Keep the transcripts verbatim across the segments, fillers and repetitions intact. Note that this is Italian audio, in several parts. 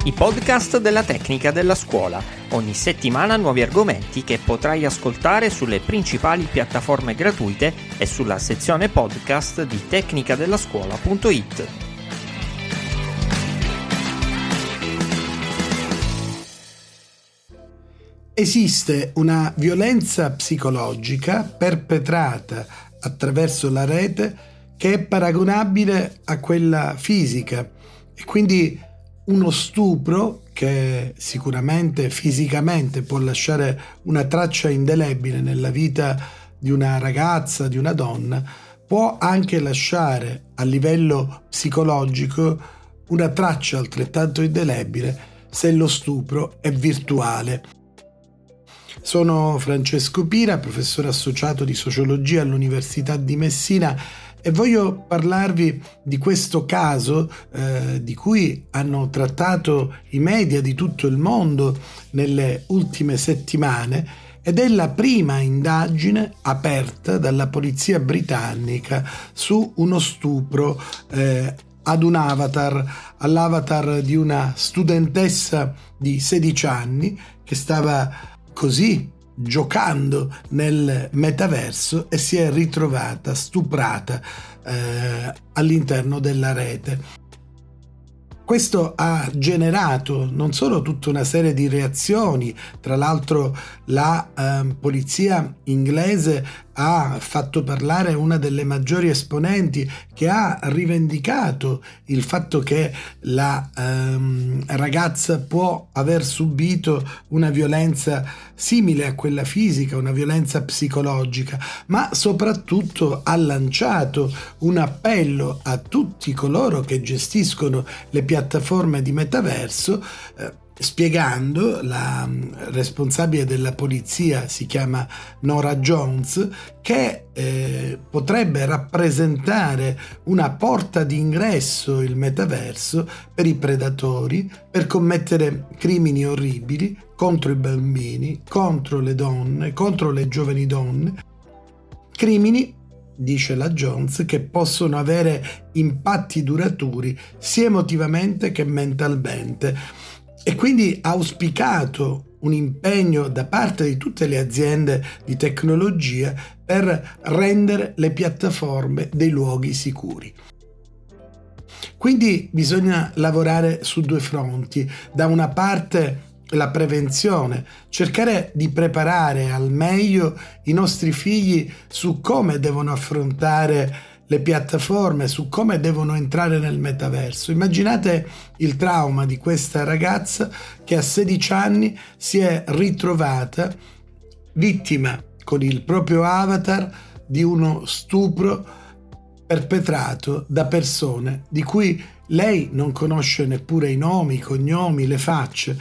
I podcast della Tecnica della Scuola. Ogni settimana nuovi argomenti che potrai ascoltare sulle principali piattaforme gratuite e sulla sezione podcast di tecnicadellascuola punto it. Esiste una violenza psicologica perpetrata attraverso la rete che è paragonabile a quella fisica e quindi uno stupro che sicuramente fisicamente può lasciare una traccia indelebile nella vita di una ragazza, di una donna, può anche lasciare a livello psicologico una traccia altrettanto indelebile se lo stupro è virtuale. Sono Francesco Pira, professore associato di sociologia all'Università di Messina e voglio parlarvi di questo caso eh, di cui hanno trattato i media di tutto il mondo nelle ultime settimane ed è la prima indagine aperta dalla polizia britannica su uno stupro eh, ad un avatar, all'avatar di una studentessa di sedici anni che stava così giocando nel metaverso e si è ritrovata stuprata eh, all'interno della rete. Questo ha generato non solo tutta una serie di reazioni, tra l'altro la eh, polizia inglese ha fatto parlare una delle maggiori esponenti che ha rivendicato il fatto che la ehm, ragazza può aver subito una violenza simile a quella fisica, una violenza psicologica, ma soprattutto ha lanciato un appello a tutti coloro che gestiscono le piattaforme di metaverso, eh, spiegando, la responsabile della polizia si chiama Norah Jones, che eh, potrebbe rappresentare una porta d'ingresso il metaverso per i predatori per commettere crimini orribili contro i bambini, contro le donne, contro le giovani donne, crimini, dice la Jones, che possono avere impatti duraturi sia emotivamente che mentalmente. E quindi ha auspicato un impegno da parte di tutte le aziende di tecnologia per rendere le piattaforme dei luoghi sicuri. Quindi bisogna lavorare su due fronti. Da una parte la prevenzione, cercare di preparare al meglio i nostri figli su come devono affrontare le piattaforme, su come devono entrare nel metaverso. Immaginate il trauma di questa ragazza che a sedici anni si è ritrovata vittima con il proprio avatar di uno stupro perpetrato da persone di cui lei non conosce neppure i nomi, i cognomi, le facce.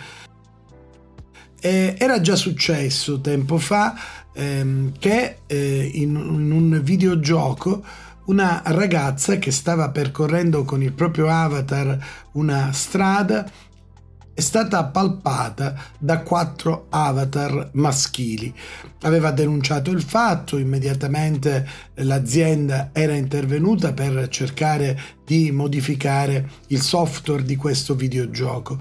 E era già successo tempo fa ehm, che eh, in, in un videogioco una ragazza che stava percorrendo con il proprio avatar una strada è stata appalpata da quattro avatar maschili. Aveva denunciato il fatto, immediatamente l'azienda era intervenuta per cercare di modificare il software di questo videogioco.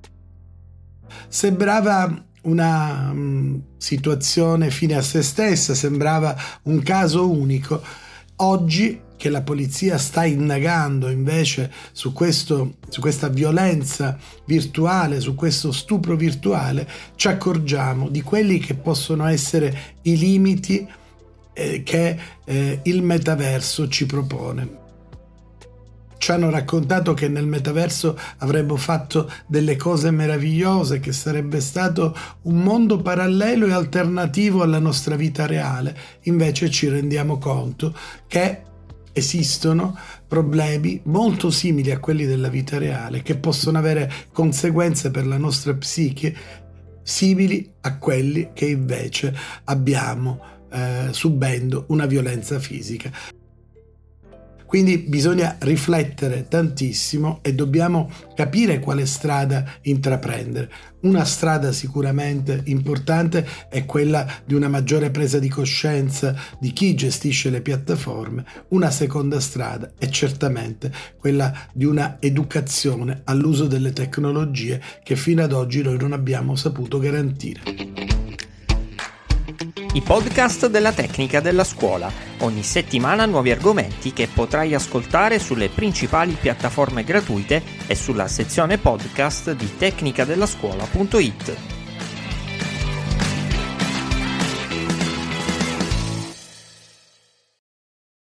Sembrava una um, situazione fine a se stessa, sembrava un caso unico. Oggi che la polizia sta indagando invece su questo, su questa violenza virtuale, su questo stupro virtuale, ci accorgiamo di quelli che possono essere i limiti eh, che eh, il metaverso ci propone. Ci hanno raccontato che nel metaverso avremmo fatto delle cose meravigliose, che sarebbe stato un mondo parallelo e alternativo alla nostra vita reale. Invece ci rendiamo conto che esistono problemi molto simili a quelli della vita reale, che possono avere conseguenze per la nostra psiche simili a quelli che invece abbiamo eh, subendo una violenza fisica. Quindi bisogna riflettere tantissimo e dobbiamo capire quale strada intraprendere. Una strada sicuramente importante è quella di una maggiore presa di coscienza di chi gestisce le piattaforme. Una seconda strada è certamente quella di una educazione all'uso delle tecnologie che fino ad oggi noi non abbiamo saputo garantire. I podcast della Tecnica della Scuola. Ogni settimana nuovi argomenti che potrai ascoltare sulle principali piattaforme gratuite e sulla sezione podcast di tecnica della scuola punto it.